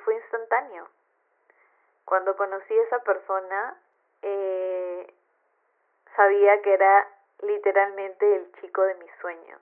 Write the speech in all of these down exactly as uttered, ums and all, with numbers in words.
fue instantáneo. Cuando conocí a esa persona, eh, sabía que era literalmente el chico de mis sueños.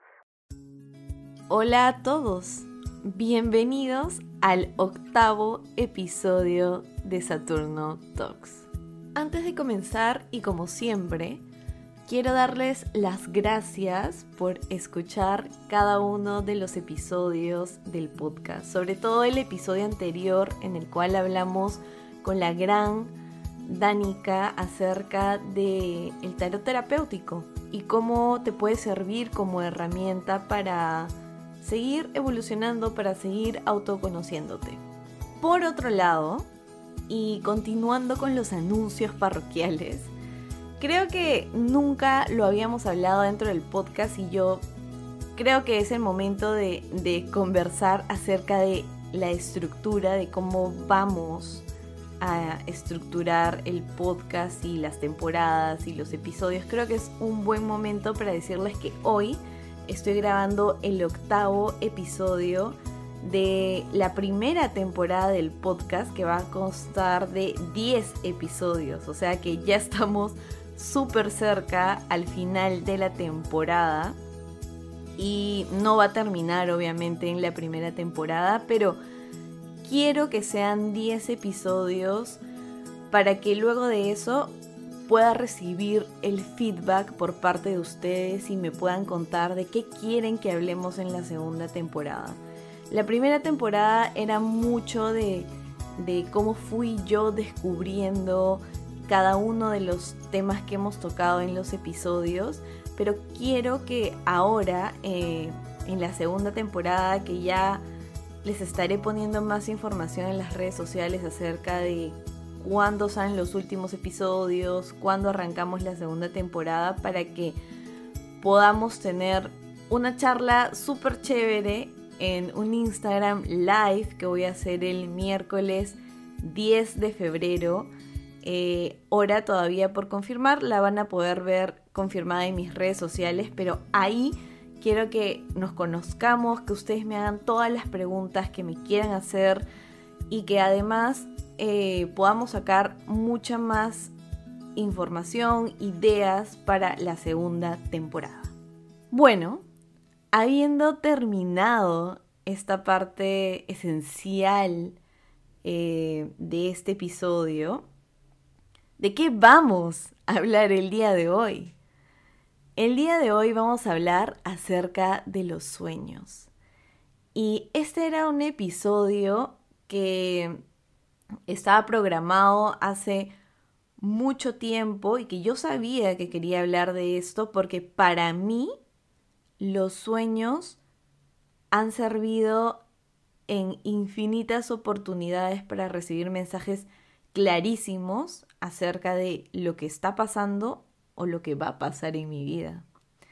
Hola a todos, bienvenidos al octavo episodio de Saturno Talks. Antes de comenzar, y como siempre, quiero darles las gracias por escuchar cada uno de los episodios del podcast, sobre todo el episodio anterior en el cual hablamos con la gran Danica acerca del tarot terapéutico y cómo te puede servir como herramienta para seguir evolucionando, para seguir autoconociéndote. Por otro lado, y continuando con los anuncios parroquiales, creo que nunca lo habíamos hablado dentro del podcast y yo creo que es el momento de, de conversar acerca de la estructura, de cómo vamos a estructurar el podcast y las temporadas y los episodios. Creo que es un buen momento para decirles que hoy estoy grabando el octavo episodio de la primera temporada del podcast, que va a constar de diez episodios, o sea que ya estamos súper cerca al final de la temporada y no va a terminar obviamente en la primera temporada, pero quiero que sean diez episodios para que luego de eso pueda recibir el feedback por parte de ustedes y me puedan contar de qué quieren que hablemos en la segunda temporada. La primera temporada era mucho de, de cómo fui yo descubriendo cada uno de los temas que hemos tocado en los episodios, pero quiero que ahora, eh, en la segunda temporada, que ya les estaré poniendo más información en las redes sociales acerca de cuándo salen los últimos episodios, cuándo arrancamos la segunda temporada, para que podamos tener una charla súper chévere en un Instagram Live que voy a hacer el miércoles diez de febrero. Eh, hora todavía por confirmar, la van a poder ver confirmada en mis redes sociales, pero ahí quiero que nos conozcamos, que ustedes me hagan todas las preguntas que me quieran hacer y que además eh, podamos sacar mucha más información, ideas para la segunda temporada. Bueno, habiendo terminado esta parte esencial eh, de este episodio, ¿de qué vamos a hablar el día de hoy? El día de hoy vamos a hablar acerca de los sueños. Y este era un episodio que estaba programado hace mucho tiempo y que yo sabía que quería hablar de esto porque para mí los sueños han servido en infinitas oportunidades para recibir mensajes clarísimos acerca de lo que está pasando o lo que va a pasar en mi vida.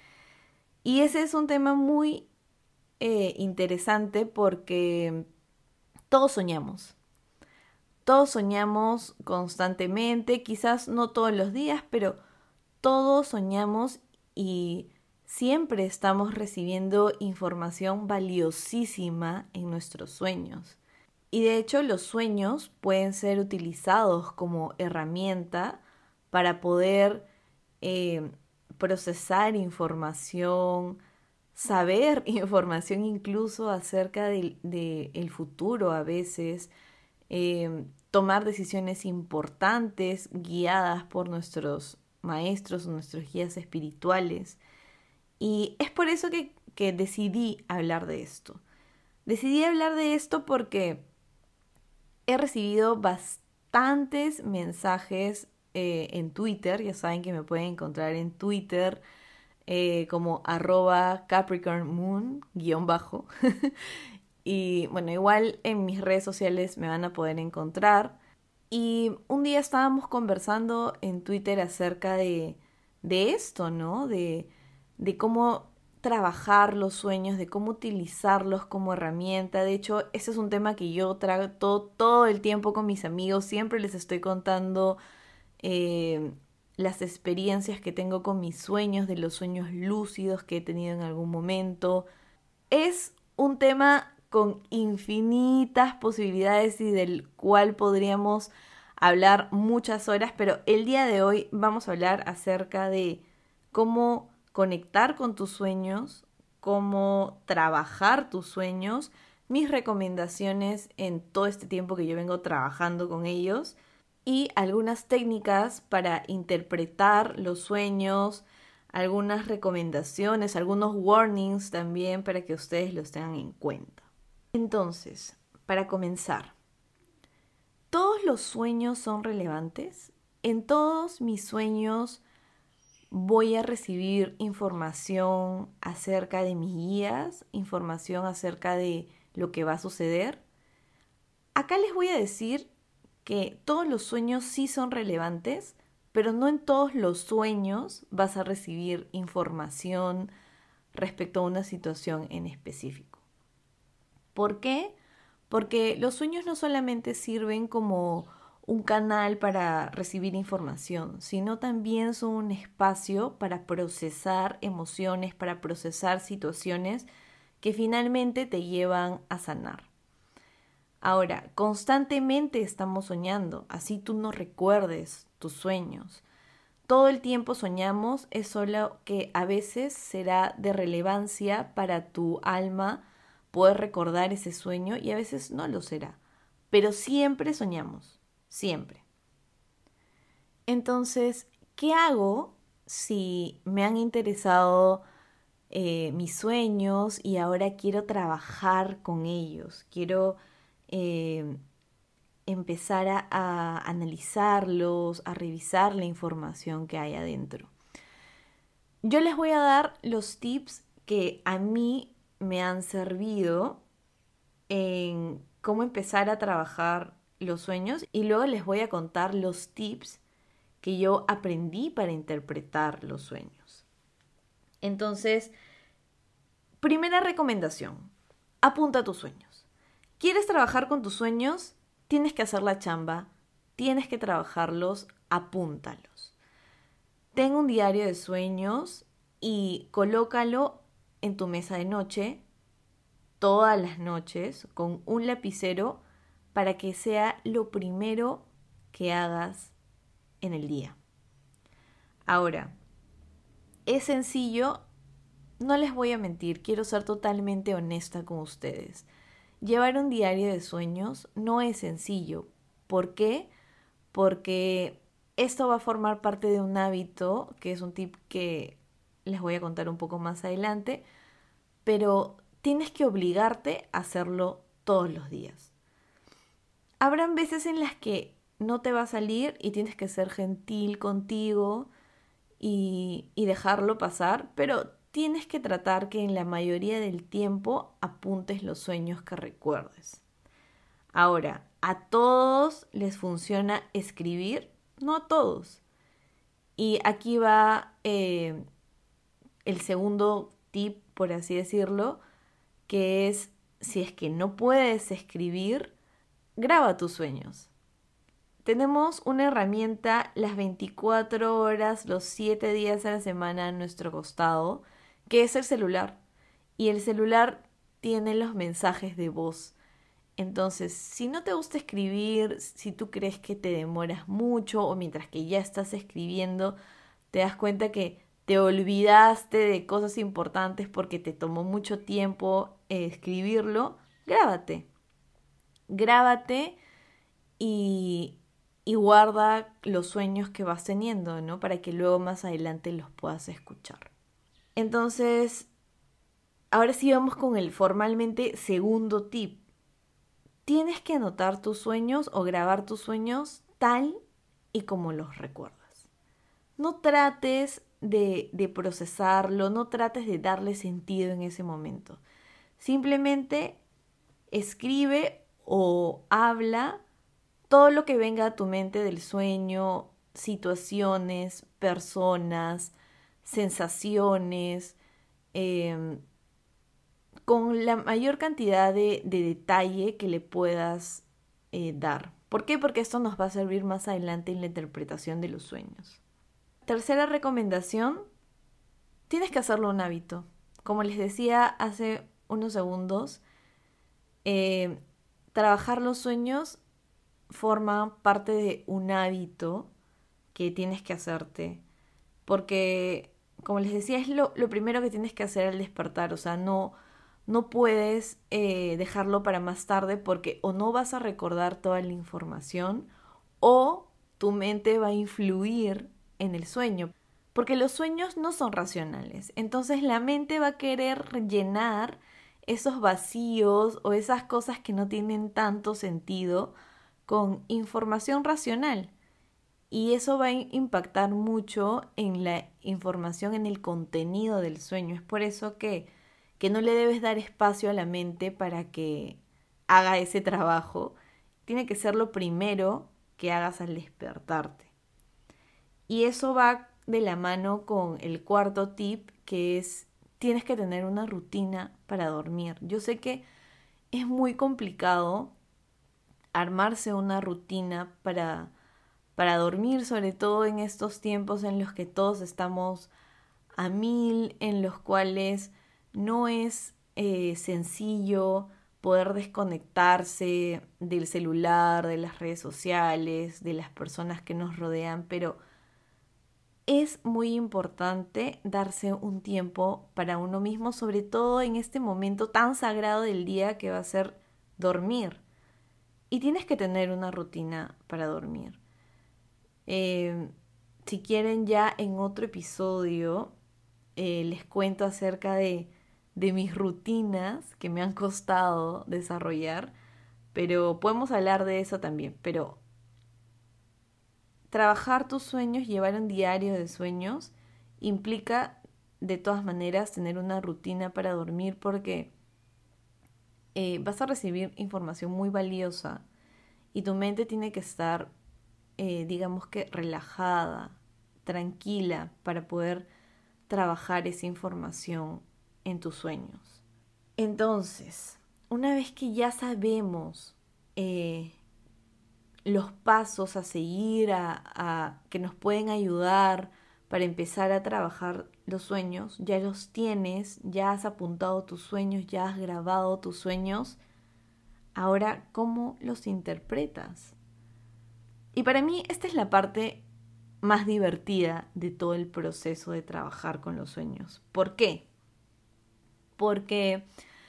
Y ese es un tema muy eh, interesante porque todos soñamos. Todos soñamos constantemente, quizás no todos los días, pero todos soñamos y siempre estamos recibiendo información valiosísima en nuestros sueños. Y de hecho los sueños pueden ser utilizados como herramienta para poder eh, procesar información, saber información incluso acerca del de el futuro a veces, eh, tomar decisiones importantes guiadas por nuestros maestros o nuestros guías espirituales. Y es por eso que, que decidí hablar de esto. Decidí hablar de esto porque he recibido bastantes mensajes eh, en Twitter. Ya saben que me pueden encontrar en Twitter eh, como arroba Capricorn Moon guión bajo. Y bueno, igual en mis redes sociales me van a poder encontrar. Y un día estábamos conversando en Twitter acerca de, de esto, ¿no? De, de cómo trabajar los sueños, de cómo utilizarlos como herramienta. De hecho, ese es un tema que yo trato todo el tiempo con mis amigos. Siempre les estoy contando eh, las experiencias que tengo con mis sueños, de los sueños lúcidos que he tenido en algún momento. Es un tema con infinitas posibilidades y del cual podríamos hablar muchas horas, pero el día de hoy vamos a hablar acerca de cómo conectar con tus sueños, cómo trabajar tus sueños, mis recomendaciones en todo este tiempo que yo vengo trabajando con ellos y algunas técnicas para interpretar los sueños, algunas recomendaciones, algunos warnings también para que ustedes los tengan en cuenta. Entonces, para comenzar, ¿todos los sueños son relevantes? En todos mis sueños voy a recibir información acerca de mis guías, información acerca de lo que va a suceder. Acá les voy a decir que todos los sueños sí son relevantes, pero no en todos los sueños vas a recibir información respecto a una situación en específico. ¿Por qué? Porque los sueños no solamente sirven como un canal para recibir información, sino también son un espacio para procesar emociones, para procesar situaciones que finalmente te llevan a sanar. Ahora, constantemente estamos soñando, así tú no recuerdes tus sueños. Todo el tiempo soñamos, es solo que a veces será de relevancia para tu alma poder recordar ese sueño y a veces no lo será, pero siempre soñamos, siempre. Entonces, ¿qué hago si me han interesado eh, mis sueños y ahora quiero trabajar con ellos? Quiero eh, empezar a, a analizarlos, a revisar la información que hay adentro. Yo les voy a dar los tips que a mí me han servido en cómo empezar a trabajar los sueños y luego les voy a contar los tips que yo aprendí para interpretar los sueños. Entonces, primera recomendación, apunta tus sueños. ¿Quieres trabajar con tus sueños? Tienes que hacer la chamba, tienes que trabajarlos, apúntalos. Ten un diario de sueños y colócalo en tu mesa de noche todas las noches con un lapicero para que sea lo primero que hagas en el día. Ahora, es sencillo, no les voy a mentir, quiero ser totalmente honesta con ustedes. Llevar un diario de sueños no es sencillo. ¿Por qué? Porque esto va a formar parte de un hábito, que es un tip que les voy a contar un poco más adelante, pero tienes que obligarte a hacerlo todos los días. Habrán veces en las que no te va a salir y tienes que ser gentil contigo y, y dejarlo pasar, pero tienes que tratar que en la mayoría del tiempo apuntes los sueños que recuerdes. Ahora, ¿a todos les funciona escribir? No a todos. Y aquí va eh, el segundo tip, por así decirlo, que es, si es que no puedes escribir, graba tus sueños. Tenemos una herramienta las veinticuatro horas, los siete días a la semana a nuestro costado, que es el celular. Y el celular tiene los mensajes de voz. Entonces, si no te gusta escribir, si tú crees que te demoras mucho o mientras que ya estás escribiendo, te das cuenta que te olvidaste de cosas importantes porque te tomó mucho tiempo eh, escribirlo, grábate. Grábate y, y guarda los sueños que vas teniendo, ¿no? Para que luego más adelante los puedas escuchar. Entonces, ahora sí vamos con el formalmente segundo tip. Tienes que anotar tus sueños o grabar tus sueños tal y como los recuerdas. No trates de, de procesarlo, no trates de darle sentido en ese momento. Simplemente escribe o habla todo lo que venga a tu mente del sueño, situaciones, personas, sensaciones, eh, con la mayor cantidad de, de detalle que le puedas eh, dar. ¿Por qué? Porque esto nos va a servir más adelante en la interpretación de los sueños. Tercera recomendación, tienes que hacerlo un hábito. Como les decía hace unos segundos, eh, trabajar los sueños forma parte de un hábito que tienes que hacerte, porque, como les decía, es lo, lo primero que tienes que hacer al despertar. O sea, no, no puedes eh, dejarlo para más tarde, porque o no vas a recordar toda la información o tu mente va a influir en el sueño, porque los sueños no son racionales. Entonces la mente va a querer llenar esos vacíos o esas cosas que no tienen tanto sentido con información racional. Y eso va a impactar mucho en la información, en el contenido del sueño. Es por eso que, que no le debes dar espacio a la mente para que haga ese trabajo. Tiene que ser lo primero que hagas al despertarte. Y eso va de la mano con el cuarto tip, que es: tienes que tener una rutina para dormir. Yo sé que es muy complicado armarse una rutina para para dormir, sobre todo en estos tiempos en los que todos estamos a mil, en los cuales no es eh, sencillo poder desconectarse del celular, de las redes sociales, de las personas que nos rodean, pero es muy importante darse un tiempo para uno mismo, sobre todo en este momento tan sagrado del día que va a ser dormir. Y tienes que tener una rutina para dormir. Eh, si quieren, ya en otro episodio eh, les cuento acerca de, de mis rutinas que me han costado desarrollar, pero podemos hablar de eso también. Pero trabajar tus sueños, llevar un diario de sueños, implica de todas maneras tener una rutina para dormir, porque eh, vas a recibir información muy valiosa y tu mente tiene que estar Eh, digamos que relajada, tranquila, para poder trabajar esa información en tus sueños. Entonces, una vez que ya sabemos eh, los pasos a seguir, a, a, que nos pueden ayudar para empezar a trabajar los sueños, ya los tienes, ya has apuntado tus sueños, ya has grabado tus sueños. Ahora, ¿cómo los interpretas? Y para mí esta es la parte más divertida de todo el proceso de trabajar con los sueños. ¿Por qué? Porque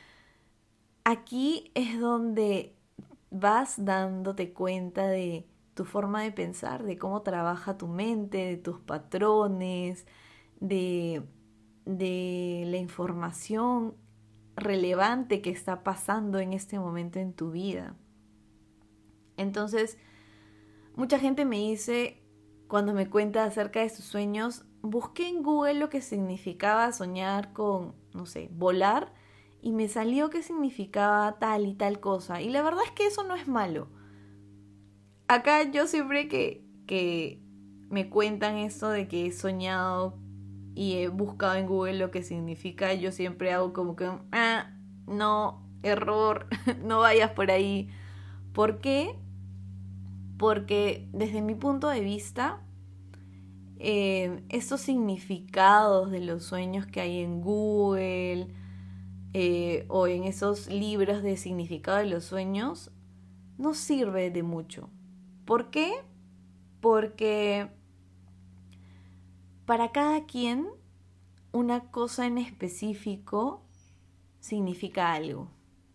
aquí es donde vas dándote cuenta de tu forma de pensar, de cómo trabaja tu mente, de tus patrones, de, de la información relevante que está pasando en este momento en tu vida. Entonces, mucha gente me dice, cuando me cuenta acerca de sus sueños, busqué en Google lo que significaba soñar con, no sé, volar, y me salió que significaba tal y tal cosa. Y la verdad es que eso no es malo. Acá yo siempre que, que me cuentan esto de que he soñado y he buscado en Google lo que significa, yo siempre hago como que, ah, no, error, no vayas por ahí. ¿Por qué? Porque desde mi punto de vista, eh, estos significados de los sueños que hay en Google eh, o en esos libros de significado de los sueños no sirve de mucho. ¿Por qué? Porque para cada quien una cosa en específico significa algo.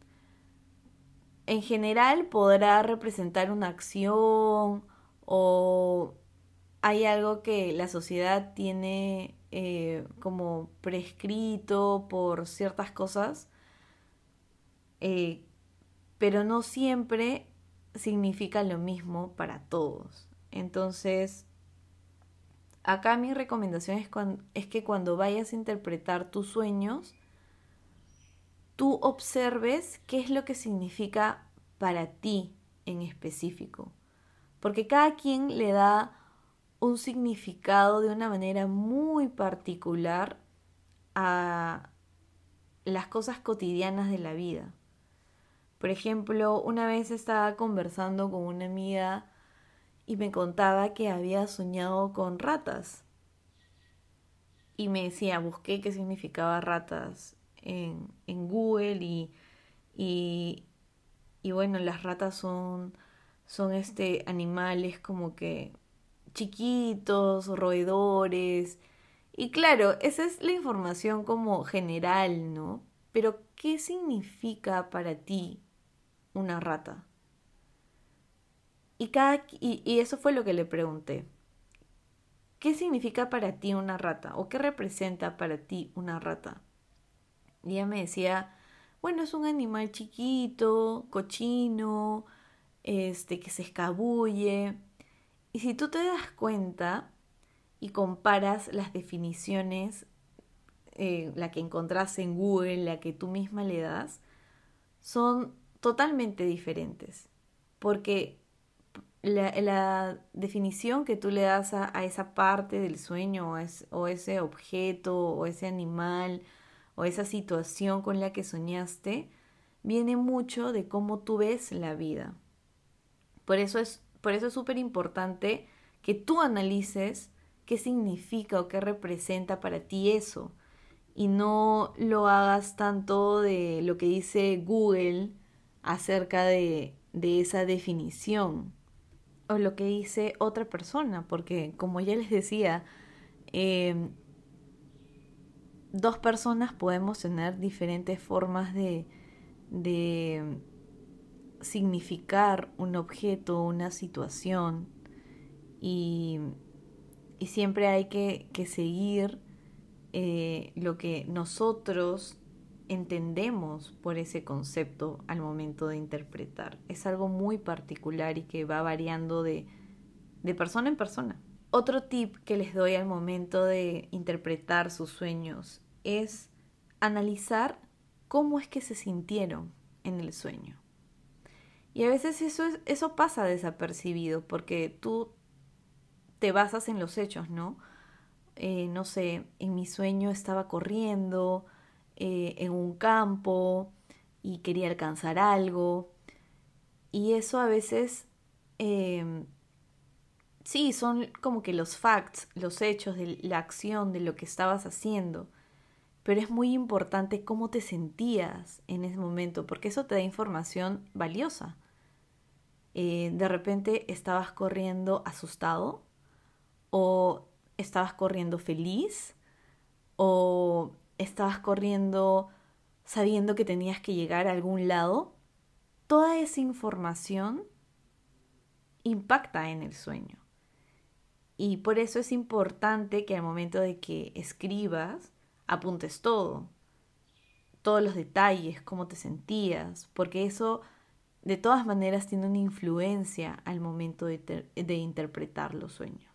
En general podrá representar una acción, o hay algo que la sociedad tiene eh, como prescrito por ciertas cosas, eh, pero no siempre significa lo mismo para todos. Entonces, acá mi recomendación es, cuando, es que cuando vayas a interpretar tus sueños, tú observes qué es lo que significa para ti en específico. Porque cada quien le da un significado de una manera muy particular a las cosas cotidianas de la vida. Por ejemplo, una vez estaba conversando con una amiga y me contaba que había soñado con ratas. Y me decía, busqué qué significaba ratas en, en Google y, y y bueno, las ratas son, son este, animales como que chiquitos, roedores. Y claro, esa es la información como general, ¿no? Pero, ¿qué significa para ti una rata? Y, cada, y, y eso fue lo que le pregunté. ¿Qué significa para ti una rata? ¿O qué representa para ti una rata? Y ella me decía, bueno, es un animal chiquito, cochino, este, que se escabulle. Y si tú te das cuenta y comparas las definiciones, eh, la que encontrás en Google, la que tú misma le das, son totalmente diferentes. Porque la, la definición que tú le das a, a esa parte del sueño o, es, o ese objeto o ese animal o esa situación con la que soñaste viene mucho de cómo tú ves la vida. Por eso es por eso es súper importante que tú analices qué significa o qué representa para ti eso y no lo hagas tanto de lo que dice Google acerca de, de esa definición o lo que dice otra persona, porque como ya les decía, eh, dos personas podemos tener diferentes formas de, de significar un objeto, una situación y, y siempre hay que, que seguir eh, lo que nosotros entendemos por ese concepto al momento de interpretar. Es algo muy particular y que va variando de, de persona en persona. Otro tip que les doy al momento de interpretar sus sueños es analizar cómo es que se sintieron en el sueño. Y a veces eso, es, eso pasa desapercibido porque tú te basas en los hechos, ¿no? Eh, no sé, en mi sueño estaba corriendo eh, en un campo y quería alcanzar algo. Y eso a veces, eh, sí, son como que los facts, los hechos de la acción, de lo que estabas haciendo. Pero es muy importante cómo te sentías en ese momento, porque eso te da información valiosa. Eh, de repente estabas corriendo asustado o estabas corriendo feliz o estabas corriendo sabiendo que tenías que llegar a algún lado. Toda esa información impacta en el sueño. Y por eso es importante que al momento de que escribas, apuntes todo, todos los detalles, cómo te sentías, porque eso de todas maneras tiene una influencia al momento de, ter- de interpretar los sueños.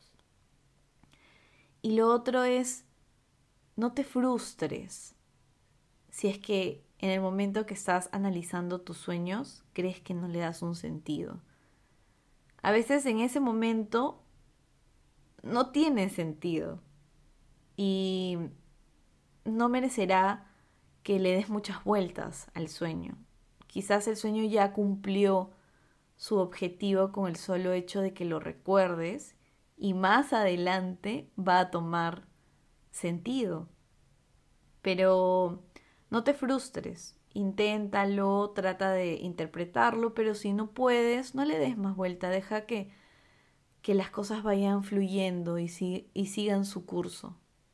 Y lo otro es, no te frustres si es que en el momento que estás analizando tus sueños crees que no le das un sentido. A veces en ese momento no tiene sentido y no merecerá que le des muchas vueltas al sueño. Quizás el sueño ya cumplió su objetivo con el solo hecho de que lo recuerdes y más adelante va a tomar sentido. Pero no te frustres, inténtalo, trata de interpretarlo, pero si no puedes, no le des más vuelta, deja que, que las cosas vayan fluyendo y, si, y sigan su curso.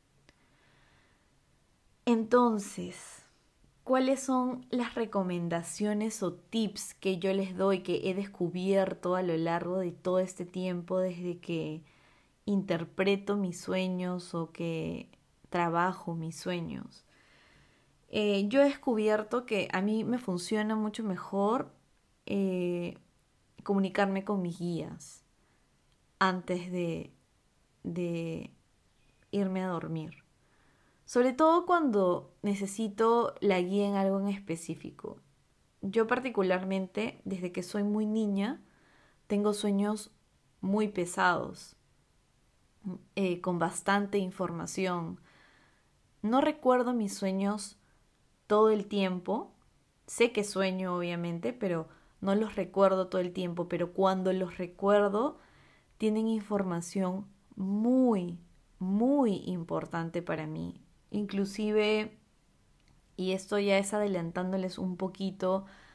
Entonces, ¿cuáles son las recomendaciones o tips que yo les doy que he descubierto a lo largo de todo este tiempo desde que interpreto mis sueños o que trabajo mis sueños? Eh, yo he descubierto que a mí me funciona mucho mejor eh, comunicarme con mis guías antes de, de irme a dormir. Sobre todo cuando necesito la guía en algo en específico. Yo particularmente, desde que soy muy niña, tengo sueños muy pesados, eh, con bastante información. No recuerdo mis sueños todo el tiempo. Sé que sueño, obviamente, pero no los recuerdo todo el tiempo. Pero cuando los recuerdo, tienen información muy, muy importante para mí. Inclusive, y esto ya es adelantándoles un poquito,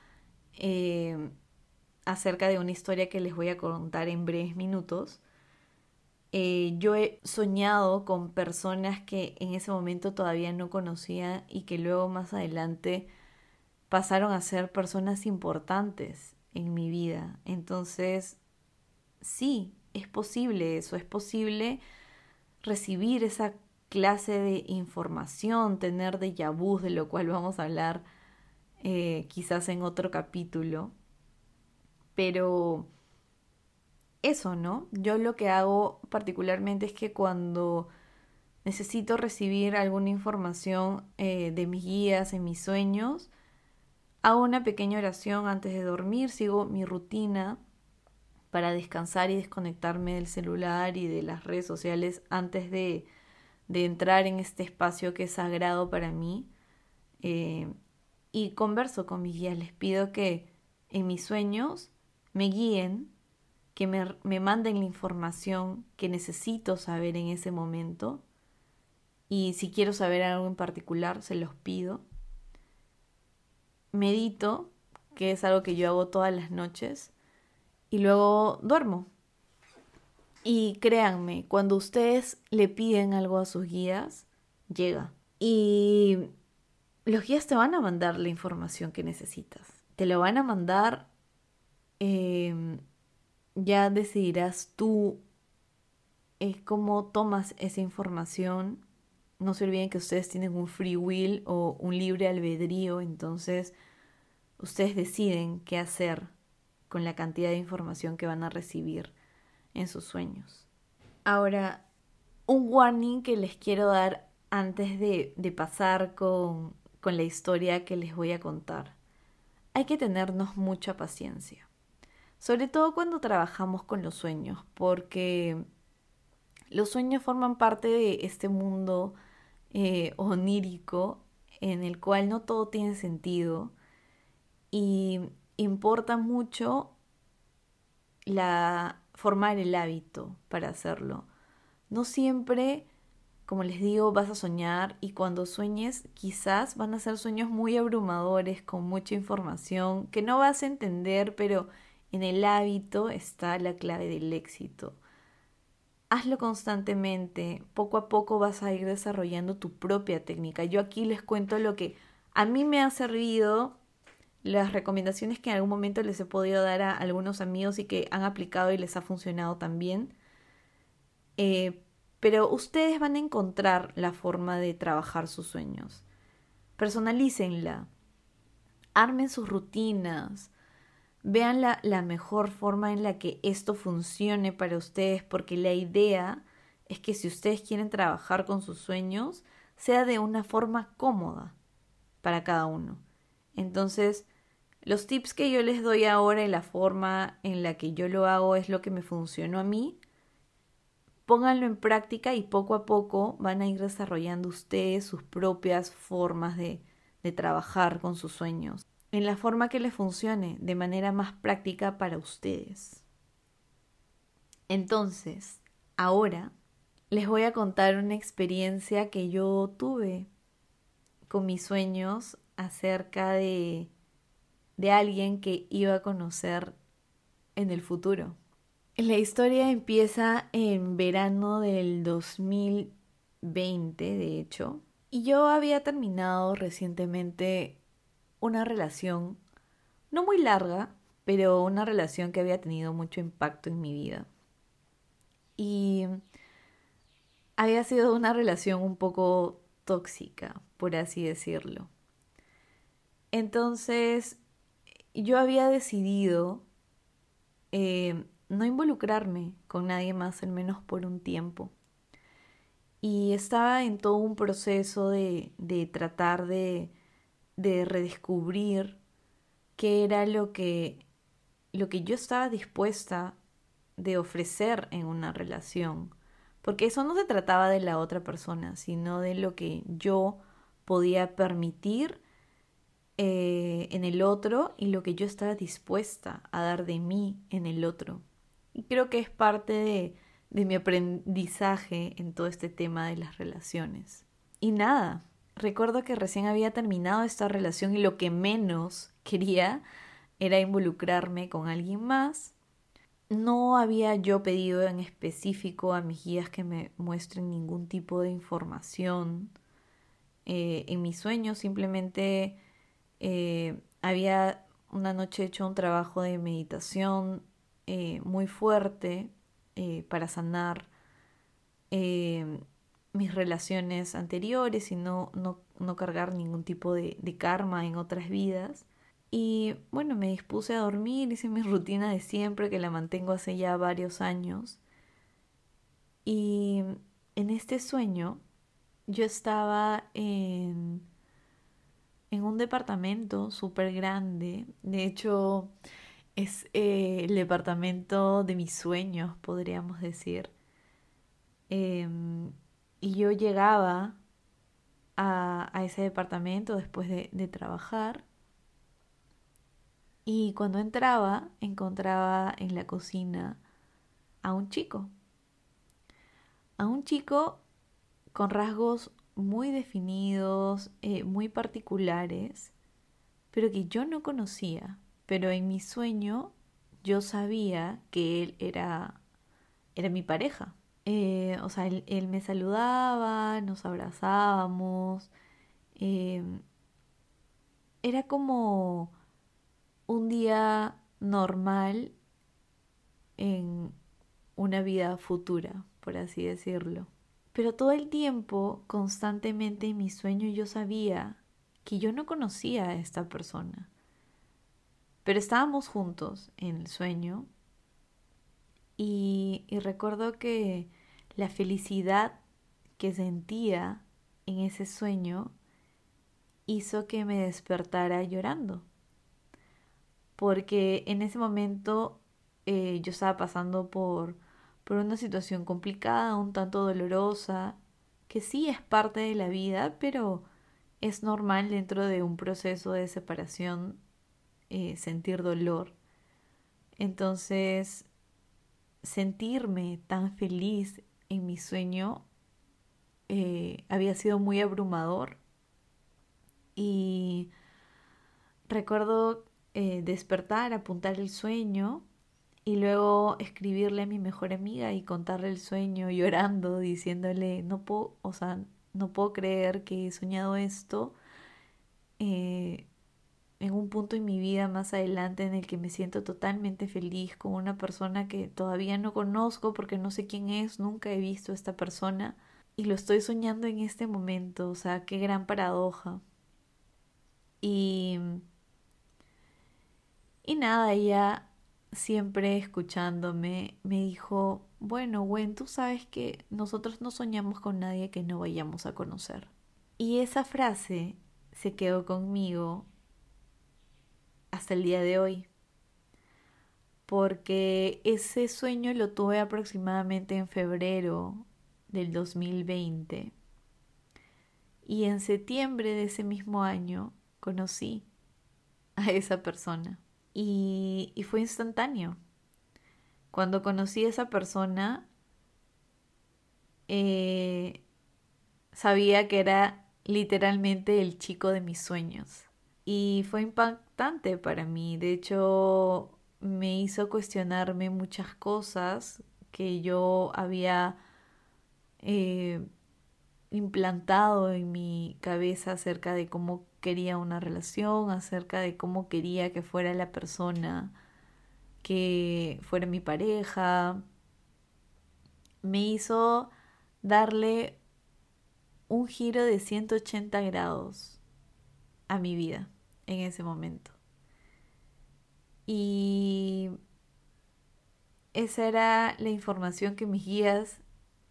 eh, acerca de una historia que les voy a contar en breves minutos. Eh, yo he soñado con personas que en ese momento todavía no conocía y que luego más adelante pasaron a ser personas importantes en mi vida. Entonces, sí, es posible eso, es posible recibir esa clase de información, tener déjà vus, de lo cual vamos a hablar eh, quizás en otro capítulo. Pero eso, ¿no? Yo lo que hago particularmente es que cuando necesito recibir alguna información eh, de mis guías en mis sueños, hago una pequeña oración antes de dormir, sigo mi rutina para descansar y desconectarme del celular y de las redes sociales antes de, de entrar en este espacio que es sagrado para mí. Eh, y converso con mis guías, les pido que en mis sueños me guíen, que me, me manden la información que necesito saber en ese momento. Y si quiero saber algo en particular, se los pido. Medito, que es algo que yo hago todas las noches, y luego duermo. Y créanme, cuando ustedes le piden algo a sus guías, llega. Y los guías te van a mandar la información que necesitas. Te lo van a mandar, eh, ya decidirás tú eh, cómo tomas esa información. No se olviden que ustedes tienen un free will o un libre albedrío, entonces ustedes deciden qué hacer con la cantidad de información que van a recibir en sus sueños. Ahora, un warning que les quiero dar antes de, de pasar con, con la historia que les voy a contar. Hay que tenernos mucha paciencia, sobre todo cuando trabajamos con los sueños, porque los sueños forman parte de este mundo eh, onírico en el cual no todo tiene sentido y importa mucho la formar el hábito para hacerlo. No siempre, como les digo, vas a soñar, y cuando sueñes quizás van a ser sueños muy abrumadores con mucha información que no vas a entender, pero en el hábito está la clave del éxito. Hazlo constantemente, poco a poco vas a ir desarrollando tu propia técnica. Yo aquí les cuento lo que a mí me ha servido, las recomendaciones que en algún momento les he podido dar a algunos amigos y que han aplicado y les ha funcionado también. Eh, pero ustedes van a encontrar la forma de trabajar sus sueños. Personalícenla, armen sus rutinas, vean la, la mejor forma en la que esto funcione para ustedes, porque la idea es que si ustedes quieren trabajar con sus sueños, sea de una forma cómoda para cada uno. Entonces, los tips que yo les doy ahora y la forma en la que yo lo hago es lo que me funcionó a mí. Pónganlo en práctica y poco a poco van a ir desarrollando ustedes sus propias formas de, de trabajar con sus sueños, en la forma que les funcione, de manera más práctica para ustedes. Entonces, ahora les voy a contar una experiencia que yo tuve con mis sueños acerca de, de alguien que iba a conocer en el futuro. La historia empieza en verano del dos mil veinte, de hecho, y yo había terminado recientemente una relación, no muy larga, pero una relación que había tenido mucho impacto en mi vida. Y había sido una relación un poco tóxica, por así decirlo. Entonces, yo había decidido eh, no involucrarme con nadie más, al menos por un tiempo. Y estaba en todo un proceso de, de tratar de, de redescubrir qué era lo que, lo que yo estaba dispuesta de ofrecer en una relación. Porque eso no se trataba de la otra persona, sino de lo que yo podía permitir eh, en el otro y lo que yo estaba dispuesta a dar de mí en el otro. Y creo que es parte de, de mi aprendizaje en todo este tema de las relaciones. Y nada, recuerdo que recién había terminado esta relación y lo que menos quería era involucrarme con alguien más. No había yo pedido en específico a mis guías que me muestren ningún tipo de información. Eh, en mis sueños simplemente eh, había una noche hecho un trabajo de meditación eh, muy fuerte eh, para sanar eh, mis relaciones anteriores y no, no, no cargar ningún tipo de, de karma en otras vidas. Y bueno, me dispuse a dormir, hice mi rutina de siempre, que la mantengo hace ya varios años. Y en este sueño yo estaba en, en un departamento súper grande. De hecho, es eh, el departamento de mis sueños, podríamos decir. Em, y yo llegaba a, a ese departamento después de, de trabajar. Y cuando entraba, encontraba en la cocina a un chico. A un chico con rasgos muy definidos, eh, muy particulares, pero que yo no conocía. Pero en mi sueño yo sabía que él era, era mi pareja. Eh, o sea, él, él me saludaba, nos abrazábamos. eh, Era como un día normal en una vida futura, por así decirlo. Pero todo el tiempo, constantemente en mi sueño, yo sabía que yo no conocía a esta persona. Pero estábamos juntos en el sueño y, y recuerdo que la felicidad que sentía en ese sueño hizo que me despertara llorando. Porque en ese momento eh, yo estaba pasando por, por una situación complicada, un tanto dolorosa, que sí es parte de la vida, pero es normal dentro de un proceso de separación eh, sentir dolor. Entonces, sentirme tan feliz en mi sueño eh, había sido muy abrumador y recuerdo eh, despertar, apuntar el sueño y luego escribirle a mi mejor amiga y contarle el sueño llorando, diciéndole, no puedo, o sea, no puedo creer que he soñado esto eh, en un punto en mi vida más adelante en el que me siento totalmente feliz con una persona que todavía no conozco porque no sé quién es, nunca he visto a esta persona y lo estoy soñando en este momento, o sea, qué gran paradoja. Y, y nada, ella siempre escuchándome me dijo, bueno, Gwen, tú sabes que nosotros no soñamos con nadie que no vayamos a conocer. Y esa frase se quedó conmigo hasta el día de hoy, porque ese sueño lo tuve aproximadamente en febrero del dos mil veinte y en septiembre de ese mismo año conocí a esa persona y, y fue instantáneo. Cuando conocí a esa persona eh, sabía que era literalmente el chico de mis sueños y fue impactante para mí. De hecho, me hizo cuestionarme muchas cosas que yo había eh, implantado en mi cabeza acerca de cómo quería una relación, acerca de cómo quería que fuera la persona que fuera mi pareja. Me hizo darle un giro de ciento ochenta grados a mi vida en ese momento. Y esa era la información que mis guías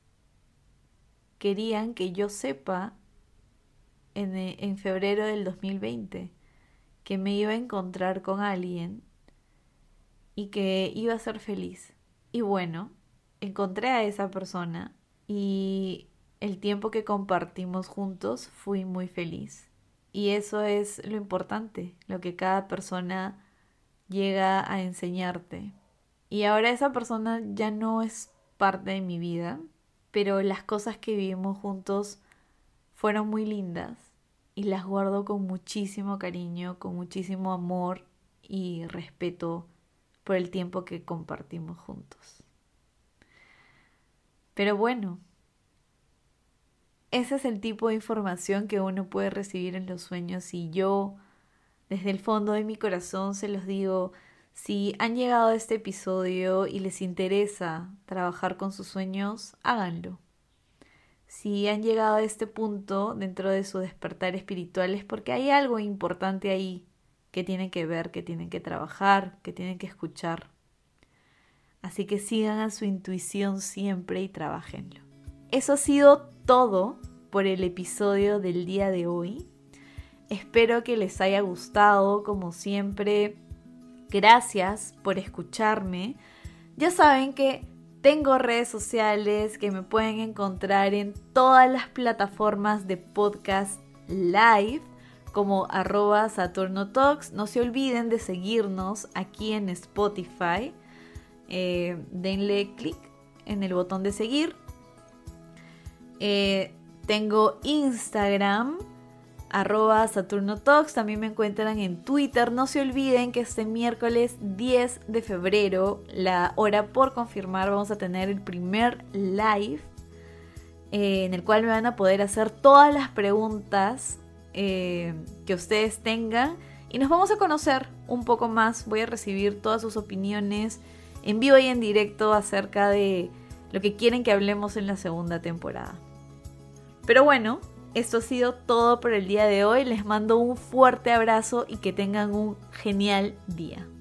querían que yo sepa en, en febrero del dos mil veinte, que me iba a encontrar con alguien y que iba a ser feliz. Y bueno, encontré a esa persona y el tiempo que compartimos juntos fui muy feliz. Y eso es lo importante, lo que cada persona llega a enseñarte. Y ahora esa persona ya no es parte de mi vida, pero las cosas que vivimos juntos fueron muy lindas y las guardo con muchísimo cariño, con muchísimo amor y respeto por el tiempo que compartimos juntos. Pero bueno, ese es el tipo de información que uno puede recibir en los sueños y yo, desde el fondo de mi corazón, se los digo, si han llegado a este episodio y les interesa trabajar con sus sueños, háganlo. Si han llegado a este punto dentro de su despertar espiritual es porque hay algo importante ahí que tienen que ver, que tienen que trabajar, que tienen que escuchar. Así que sigan a su intuición siempre y trabájenlo. Eso ha sido todo por el episodio del día de hoy. Espero que les haya gustado, como siempre. Gracias por escucharme. Ya saben que tengo redes sociales que me pueden encontrar en todas las plataformas de podcast live como arroba Saturno Talks. No se olviden de seguirnos aquí en Spotify. Eh, denle clic en el botón de seguir. Eh, tengo Instagram, arroba Saturno Talks. También me encuentran en Twitter. No se olviden que este miércoles diez de febrero, la hora por confirmar, vamos a tener el primer live eh, en el cual me van a poder hacer todas las preguntas eh, que ustedes tengan y nos vamos a conocer un poco más. Voy a recibir todas sus opiniones en vivo y en directo acerca de lo que quieren que hablemos en la segunda temporada. Pero bueno, esto ha sido todo por el día de hoy. Les mando un fuerte abrazo y que tengan un genial día.